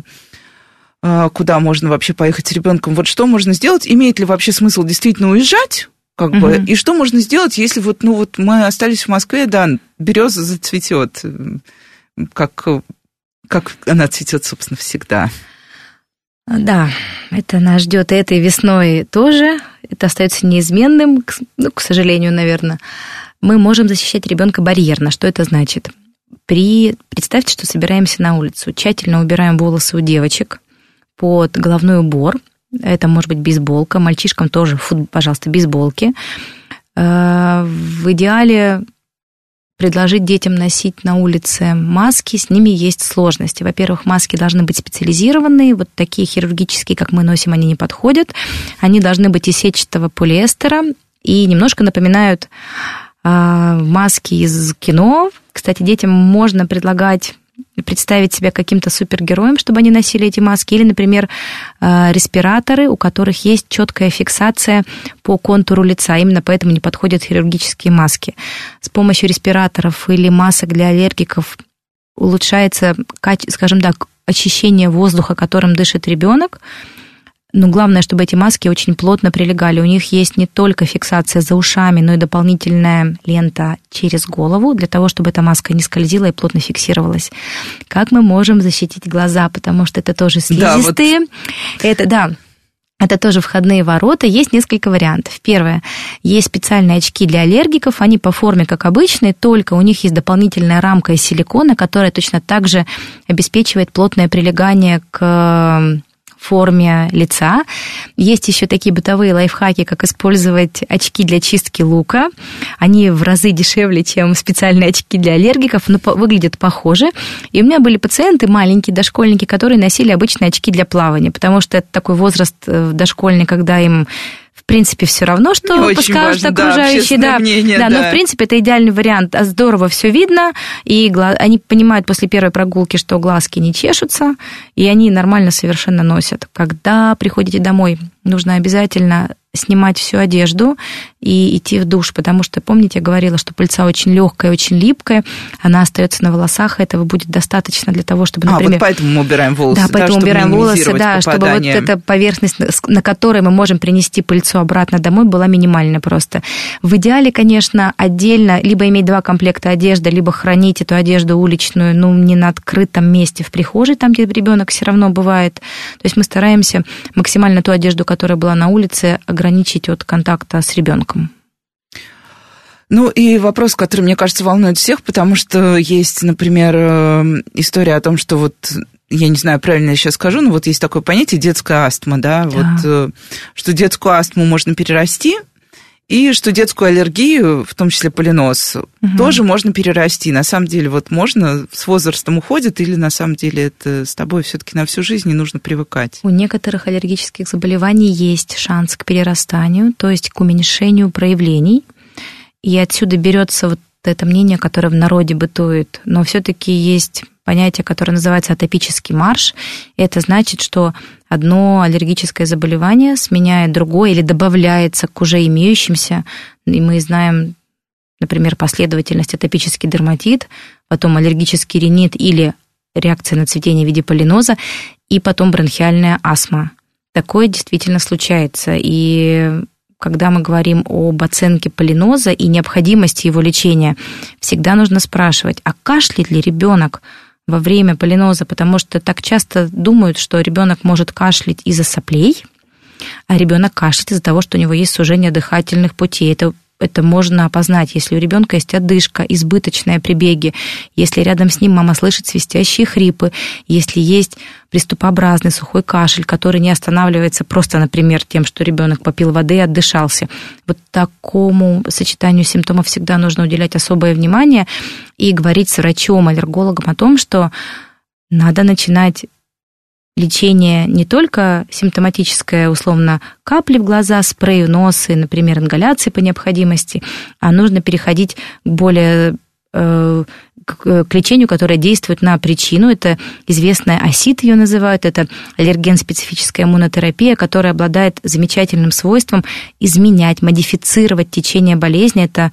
куда можно вообще поехать с ребенком. Вот что можно сделать? Имеет ли вообще смысл действительно уезжать? Как угу. бы, и что можно сделать, если вот, ну, вот мы остались в Москве, да, береза зацветет, как, как она цветет, собственно, всегда. Да, это нас ждет и этой весной тоже. Это остается неизменным, ну, к сожалению, наверное. Мы можем защищать ребенка барьерно. Что это значит? При... Представьте, что собираемся на улицу, тщательно убираем волосы у девочек под головной убор. Это может быть бейсболка. Мальчишкам тоже, фу, пожалуйста, бейсболки. В идеале предложить детям носить на улице маски. С ними есть сложности. Во-первых, маски должны быть специализированные. Вот такие хирургические, как мы носим, они не подходят. Они должны быть из сетчатого полиэстера и немножко напоминают маски из кино. Кстати, детям можно предлагать представить себя каким-то супергероем, чтобы они носили эти маски, или, например, респираторы, у которых есть четкая фиксация по контуру лица, именно поэтому не подходят хирургические маски. С помощью респираторов или масок для аллергиков улучшается, скажем так, очищение воздуха, которым дышит ребенок. Но главное, чтобы эти маски очень плотно прилегали. У них есть не только фиксация за ушами, но и дополнительная лента через голову, для того, чтобы эта маска не скользила и плотно фиксировалась. Как мы можем защитить глаза? Потому что это тоже слизистые. Да, вот... Это, да, это тоже входные ворота. Есть несколько вариантов. Первое. Есть специальные очки для аллергиков. Они по форме, как обычные, только у них есть дополнительная рамка из силикона, которая точно так же обеспечивает плотное прилегание к форме лица. Есть еще такие бытовые лайфхаки, как использовать очки для чистки лука. Они в разы дешевле, чем специальные очки для аллергиков, но выглядят похоже. И у меня были пациенты, маленькие дошкольники, которые носили обычные очки для плавания, потому что это такой возраст дошкольный, когда им в принципе, все равно, что очень подскажут важно, окружающие. Да, да, мнение, да, да. Но, в принципе, это идеальный вариант. Здорово все видно, и они понимают после первой прогулки, что глазки не чешутся, и они нормально совершенно носят. Когда приходите домой, нужно обязательно снимать всю одежду и идти в душ, потому что, помните, я говорила, что пыльца очень легкая, очень липкая, она остается на волосах, этого будет достаточно для того, чтобы, например... А, вот поэтому мы убираем волосы, да, поэтому да, убираем волосы, да, чтобы вот эта поверхность, на которой мы можем принести пыльцу обратно домой, была минимальна просто. В идеале, конечно, отдельно либо иметь два комплекта одежды, либо хранить эту одежду уличную, ну, не на открытом месте в прихожей, там, где ребенок все равно бывает. То есть мы стараемся максимально ту одежду, которая была на улице, ограничить от контакта с ребенком. Ну и вопрос, который, мне кажется, волнует всех, потому что есть, например, история о том, что вот, я не знаю, правильно я сейчас скажу, но вот есть такое понятие детская астма, да, да. Вот, что детскую астму можно перерасти, и что детскую аллергию, в том числе полинос, угу. тоже можно перерасти. На самом деле, вот можно, с возрастом уходит, или на самом деле это с тобой все-таки на всю жизнь, и нужно привыкать? У некоторых аллергических заболеваний есть шанс к перерастанию, то есть к уменьшению проявлений. И отсюда берется вот это мнение, которое в народе бытует. Но все-таки есть понятие, которое называется атопический марш. Это значит, что одно аллергическое заболевание сменяет другое или добавляется к уже имеющимся. И мы знаем, например, последовательность атопический дерматит, потом аллергический ринит или реакция на цветение в виде полиноза, и потом бронхиальная астма. Такое действительно случается. И когда мы говорим об оценке полиноза и необходимости его лечения, всегда нужно спрашивать, а кашляет ли ребенок во время полиноза, потому что так часто думают, что ребенок может кашлять из-за соплей, а ребенок кашляет из-за того, что у него есть сужение дыхательных путей. Это Это можно опознать, если у ребенка есть одышка, избыточные прибеги, если рядом с ним мама слышит свистящие хрипы, если есть приступообразный сухой кашель, который не останавливается просто, например, тем, что ребенок попил воды и отдышался. Вот такому сочетанию симптомов всегда нужно уделять особое внимание и говорить с врачом, аллергологом о том, что надо начинать лечение не только симптоматическое, условно, капли в глаза, спрей в нос и, например, ингаляции по необходимости, а нужно переходить к более э, к, к лечению, которое действует на причину. Это известная ОСИТ, ее называют, это аллерген-специфическая иммунотерапия, которая обладает замечательным свойством изменять, модифицировать течение болезни. Это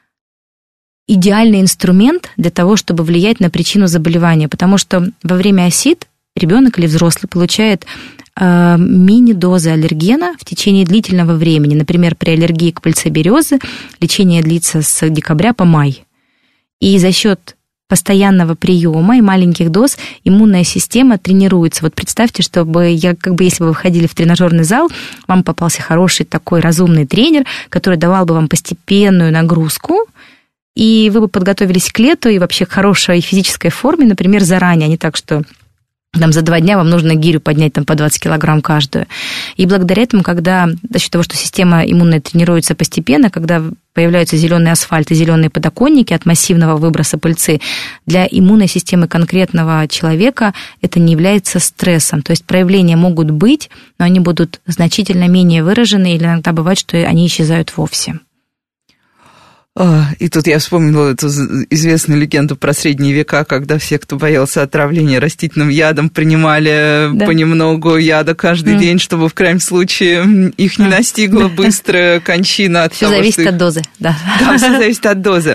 идеальный инструмент для того, чтобы влиять на причину заболевания, потому что во время ОСИТ ребенок или взрослый получает э, мини-дозы аллергена в течение длительного времени. Например, при аллергии к пыльце березы лечение длится с декабря по май. И за счет постоянного приема и маленьких доз иммунная система тренируется. Вот представьте, чтобы я, как бы, если бы вы входили в тренажерный зал, вам попался хороший такой разумный тренер, который давал бы вам постепенную нагрузку, и вы бы подготовились к лету и вообще к хорошей физической форме, например, заранее, а не так, что там за два дня вам нужно гирю поднять там, по двадцать килограмм каждую. И благодаря этому, когда, за счет того, что система иммунная тренируется постепенно, когда появляются зеленый асфальт и зеленые подоконники от массивного выброса пыльцы, для иммунной системы конкретного человека это не является стрессом. То есть проявления могут быть, но они будут значительно менее выражены, или иногда бывает, что они исчезают вовсе. И тут я вспомнила эту известную легенду про средние века, когда все, кто боялся отравления растительным ядом, принимали да. понемногу яда каждый mm. день, чтобы в крайнем случае их не настигла быстрая кончина от все того, зависит что их... от дозы, да. Да, все зависит от дозы.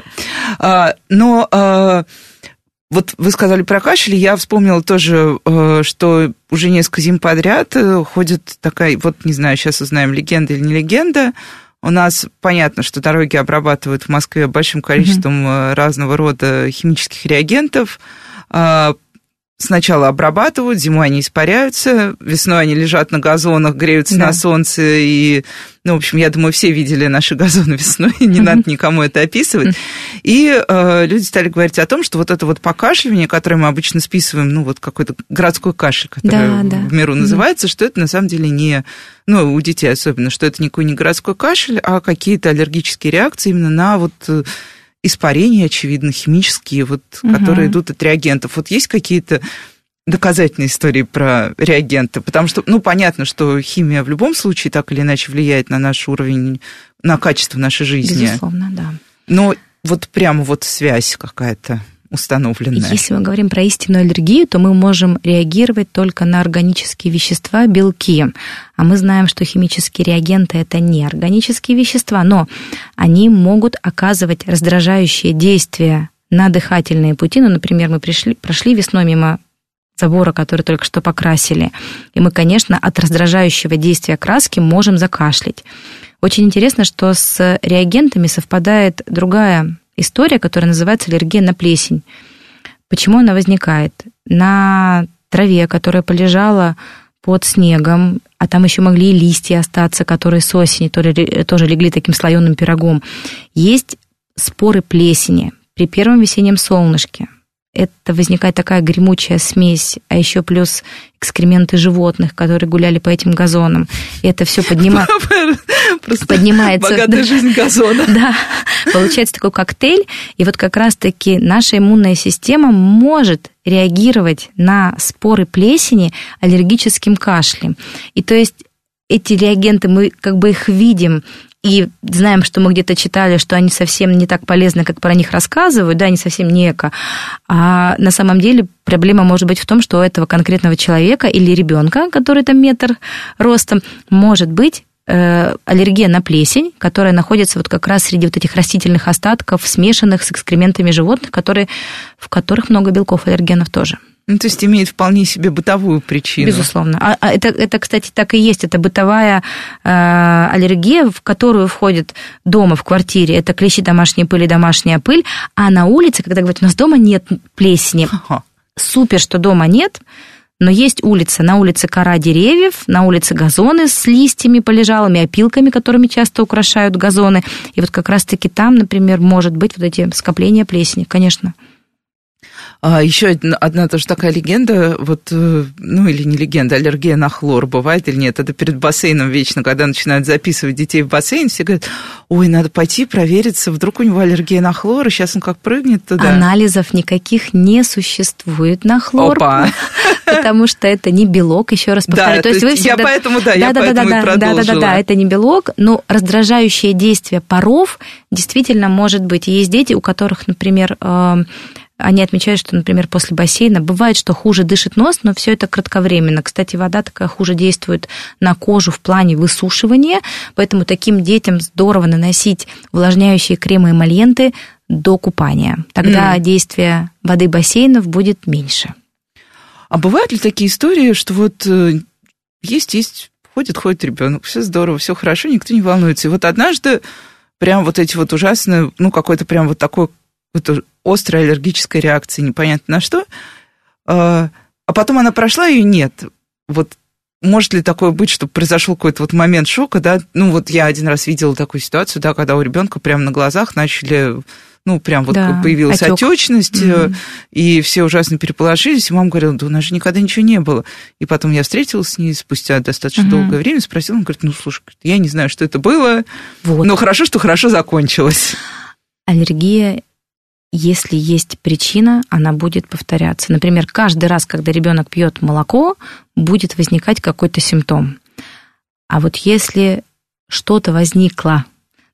Но вот вы сказали про кашель, я вспомнила тоже, что уже несколько зим подряд ходит такая, вот не знаю, сейчас узнаем, легенда или не легенда. У нас понятно, что дороги обрабатывают в Москве большим количеством mm-hmm. разного рода химических реагентов. Сначала обрабатывают, зимой они испаряются, весной они лежат на газонах, греются да. на солнце. И, ну, в общем, я думаю, все видели наши газоны весной, не mm-hmm. надо никому это описывать. Mm-hmm. И э, люди стали говорить о том, что вот это вот покашливание, которое мы обычно списываем, ну, вот какой-то городской кашель, который да, да. в миру называется, mm-hmm. что это на самом деле не, ну, у детей особенно, что это никакой не городской кашель, а какие-то аллергические реакции именно на вот... испарения, очевидно, химические, вот, угу. которые идут от реагентов. Вот есть какие-то доказательные истории про реагенты? Потому что, ну, понятно, что химия в любом случае так или иначе влияет на наш уровень, на качество нашей жизни. Безусловно, да. Но вот прямо вот связь какая-то установленная. Если мы говорим про истинную аллергию, то мы можем реагировать только на органические вещества, белки. А мы знаем, что химические реагенты – это не органические вещества, но они могут оказывать раздражающее действие на дыхательные пути. Ну, например, мы пришли, прошли весной мимо забора, который только что покрасили, и мы, конечно, от раздражающего действия краски можем закашлять. Очень интересно, что с реагентами совпадает другая история, которая называется аллергия на плесень. Почему она возникает? На траве, которая полежала под снегом, а там еще могли и листья остаться, которые с осени тоже легли таким слоеным пирогом, есть споры плесени при первом весеннем солнышке. Это возникает такая гремучая смесь, а еще плюс экскременты животных, которые гуляли по этим газонам. И это все поднимает... поднимается. Богатая жизнь газона. Да, получается такой коктейль. И вот как раз-таки наша иммунная система может реагировать на споры плесени аллергическим кашлем. И то есть эти реагенты, мы как бы их видим, и знаем, что мы где-то читали, что они совсем не так полезны, как про них рассказывают, да, они совсем не эко. А на самом деле проблема может быть в том, что у этого конкретного человека или ребенка, который там метр ростом, может быть э, аллергия на плесень, которая находится вот как раз среди вот этих растительных остатков, смешанных с экскрементами животных, которые, в которых много белков, аллергенов тоже. Ну, то есть имеет вполне себе бытовую причину. Безусловно. А, а это, это, кстати, так и есть. Это бытовая э, аллергия, в которую входит дома, в квартире. Это клещи, домашняя пыль и домашняя пыль. А на улице, когда говорят, у нас дома нет плесени, ага. супер, что дома нет, но есть улица. На улице кора деревьев, на улице газоны с листьями полежалыми, опилками, которыми часто украшают газоны. И вот как раз-таки там, например, может быть вот эти скопления плесени, конечно. А еще одна, одна тоже такая легенда, вот, ну или не легенда, аллергия на хлор бывает или нет? Это перед бассейном вечно, когда начинают записывать детей в бассейн, все говорят, ой, надо пойти провериться, вдруг у него аллергия на хлор, и сейчас он как прыгнет туда. Анализов никаких не существует на хлор, Опа. Потому что это не белок, еще раз повторяю. Да, то есть вы всегда... я поэтому, да, я поэтому и продолжила. Да-да-да, это не белок, но раздражающее действие паров действительно может быть. Есть дети, у которых, например, они отмечают, что, например, после бассейна бывает, что хуже дышит нос, но все это кратковременно. Кстати, вода такая хуже действует на кожу в плане высушивания, поэтому таким детям здорово наносить увлажняющие кремы и эмольенты до купания. Тогда mm. действие воды бассейнов будет меньше. А бывают ли такие истории, что вот есть, есть, ходит, ходит ребенок, все здорово, все хорошо, никто не волнуется. И вот однажды прям вот эти вот ужасные, ну, какой-то прям вот такой вот острая аллергическая реакция, непонятно на что, а потом она прошла, и нет. Вот может ли такое быть, что произошел какой-то вот момент шока, да? Ну, вот я один раз видела такую ситуацию, да, когда у ребенка прямо на глазах начали, ну, прям вот да, появилась отек. отечность, mm-hmm. и все ужасно переполошились, и мама говорила, да у нас же никогда ничего не было. И потом я встретилась с ней спустя достаточно mm-hmm. долгое время, спросила, она говорит, ну, слушай, я не знаю, что это было, вот. Но хорошо, что хорошо закончилось. Аллергия, если есть причина, она будет повторяться. Например, каждый раз, когда ребенок пьет молоко, будет возникать какой-то симптом. А вот если что-то возникло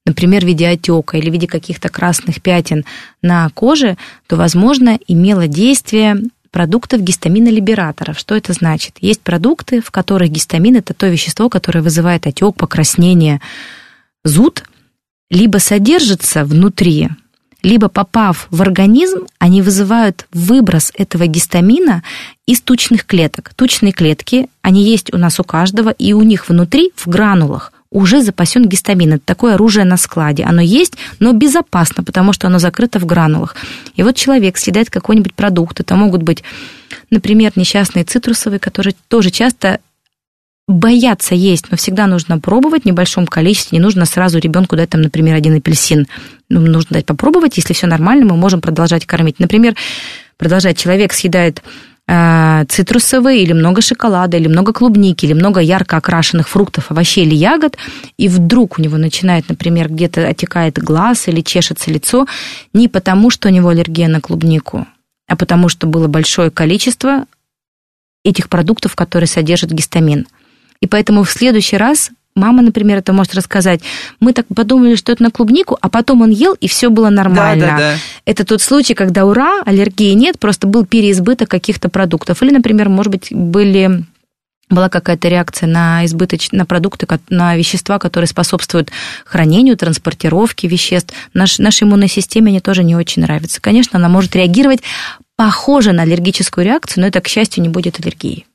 например, в виде отека или в виде каких-то красных пятен на коже, то, возможно, имело действие продуктов гистаминолибераторов. Что это значит? Есть продукты, в которых гистамин – это то вещество, которое вызывает отек, покраснение, зуд, либо содержится внутри, либо попав в организм, они вызывают выброс этого гистамина из тучных клеток. Тучные клетки, они есть у нас у каждого, и у них внутри, в гранулах, уже запасен гистамин. Это такое оружие на складе. Оно есть, но безопасно, потому что оно закрыто в гранулах. И вот человек съедает какой-нибудь продукт. Это могут быть, например, несчастные цитрусовые, которые тоже часто боятся есть, но всегда нужно пробовать в небольшом количестве. Не нужно сразу ребенку дать, там, например, один апельсин. Ну, нужно дать попробовать. Если все нормально, мы можем продолжать кормить. Например, продолжать человек съедает э, цитрусовые или много шоколада, или много клубники, или много ярко окрашенных фруктов, овощей или ягод, и вдруг у него начинает, например, где-то отекает глаз или чешется лицо, не потому, что у него аллергия на клубнику, а потому что было большое количество этих продуктов, которые содержат гистамин. И поэтому в следующий раз мама, например, это может рассказать. Мы так подумали, что это на клубнику, а потом он ел, и все было нормально. Да, да, да. Это тот случай, когда ура, аллергии нет, просто был переизбыток каких-то продуктов. Или, например, может быть, были, была какая-то реакция на избыточ... на продукты, на вещества, которые способствуют хранению, транспортировке веществ. Наш, нашей иммунной системе они тоже не очень нравятся. Конечно, она может реагировать похоже на аллергическую реакцию, но это, к счастью, не будет аллергией.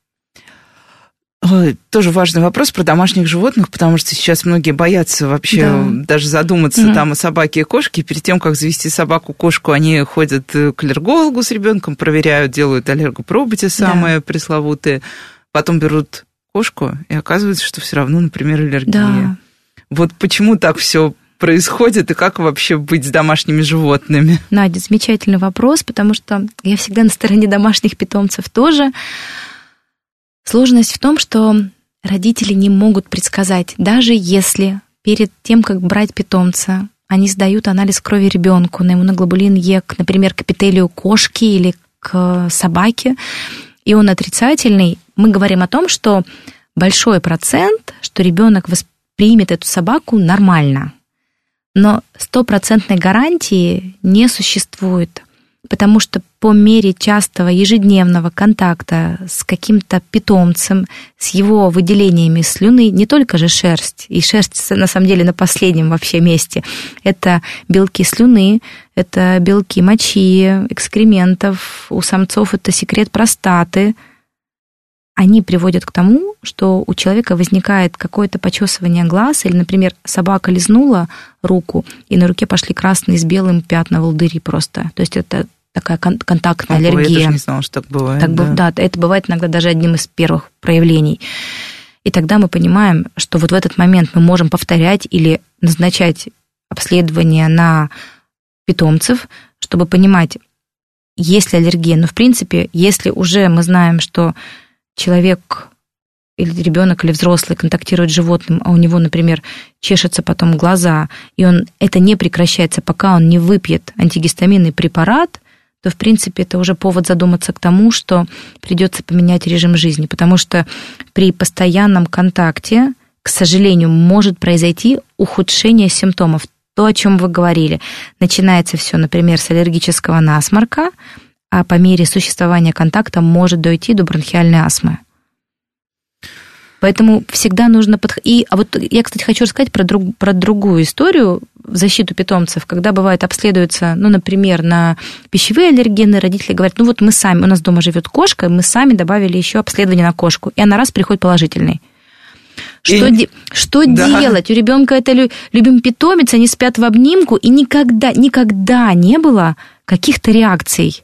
Тоже важный вопрос про домашних животных, потому что сейчас многие боятся вообще да. даже задуматься угу. там о собаке и кошке. Перед тем, как завести собаку-кошку, они ходят к аллергологу с ребенком, проверяют, делают аллергопробы те самые да. пресловутые. Потом берут кошку, и оказывается, что все равно, например, аллергия. Да. Вот почему так все происходит, и как вообще быть с домашними животными? Надя, замечательный вопрос, потому что я всегда на стороне домашних питомцев тоже. Сложность в том, что родители не могут предсказать, даже если перед тем, как брать питомца, они сдают анализ крови ребенку на иммуноглобулин Е, например, к эпителию кошки или к собаке, и он отрицательный, мы говорим о том, что большой процент, что ребенок воспримет эту собаку нормально. Но стопроцентной гарантии не существует, потому что по мере частого ежедневного контакта с каким-то питомцем, с его выделениями слюны, не только же шерсть, и шерсть на самом деле на последнем вообще месте, это белки слюны, это белки мочи, экскрементов, у самцов это секрет простаты, они приводят к тому, что у человека возникает какое-то почесывание глаз, или, например, собака лизнула руку, и на руке пошли красные с белым пятна, волдыри просто. То есть это такая кон- контактная Ого, аллергия. Я даже не знала, что так бывает. Так, да. да, это бывает иногда даже одним из первых проявлений. И тогда мы понимаем, что вот в этот момент мы можем повторять или назначать обследование на питомцев, чтобы понимать, есть ли аллергия. Но, в принципе, если уже мы знаем, что человек или ребенок, или взрослый контактирует с животным, а у него, например, чешется потом глаза, и он, это не прекращается, пока он не выпьет антигистаминный препарат, то, в принципе, это уже повод задуматься к тому, что придется поменять режим жизни, потому что при постоянном контакте, к сожалению, может произойти ухудшение симптомов. То, о чем вы говорили. Начинается все, например, с аллергического насморка, а по мере существования контакта может дойти до бронхиальной астмы. Поэтому всегда нужно подходить. И, а вот я, кстати, хочу рассказать про, друг, про другую историю в защиту питомцев, когда бывает обследуется, ну, например, на пищевые аллергены, родители говорят, ну вот мы сами, у нас дома живет кошка, мы сами добавили еще обследование на кошку, и она раз приходит положительный. Что, и... де... что да. делать? У ребенка это любимый питомец, они спят в обнимку, и никогда, никогда не было каких-то реакций.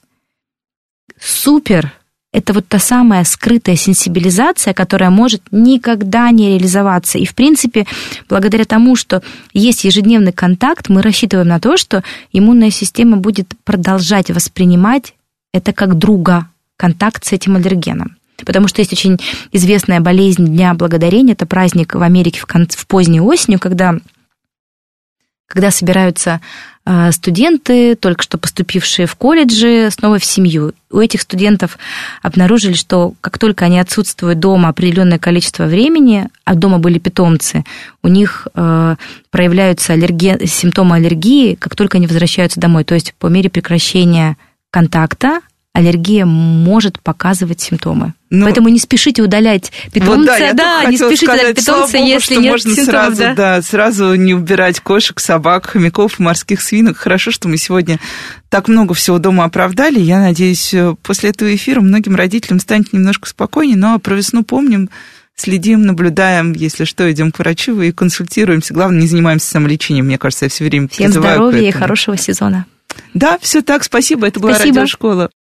Супер! Это вот та самая скрытая сенсибилизация, которая может никогда не реализоваться. И, в принципе, благодаря тому, что есть ежедневный контакт, мы рассчитываем на то, что иммунная система будет продолжать воспринимать это как друга, контакт с этим аллергеном. Потому что есть очень известная болезнь Дня Благодарения, это праздник в Америке в, кон... в поздней осенью, когда когда собираются студенты, только что поступившие в колледжи, снова в семью. У этих студентов обнаружили, что как только они отсутствуют дома определенное количество времени, а дома были питомцы, у них э, проявляются аллерги... симптомы аллергии, как только они возвращаются домой. То есть по мере прекращения контакта аллергия может показывать симптомы. Ну, поэтому не спешите удалять питомца. Вот да, да не спешите сказать, удалять питомца, Богу, если что нет можно симптомов. Сразу, да. Да, сразу не убирать кошек, собак, хомяков, морских свинок. Хорошо, что мы сегодня так много всего дома оправдали. Я надеюсь, после этого эфира многим родителям станет немножко спокойнее. Но про весну помним, следим, наблюдаем. Если что, идем к врачу и консультируемся. Главное, не занимаемся самолечением. Мне кажется, я все время Всем здоровья и хорошего сезона. Да, все так, спасибо. Это была спасибо. Радиошкола.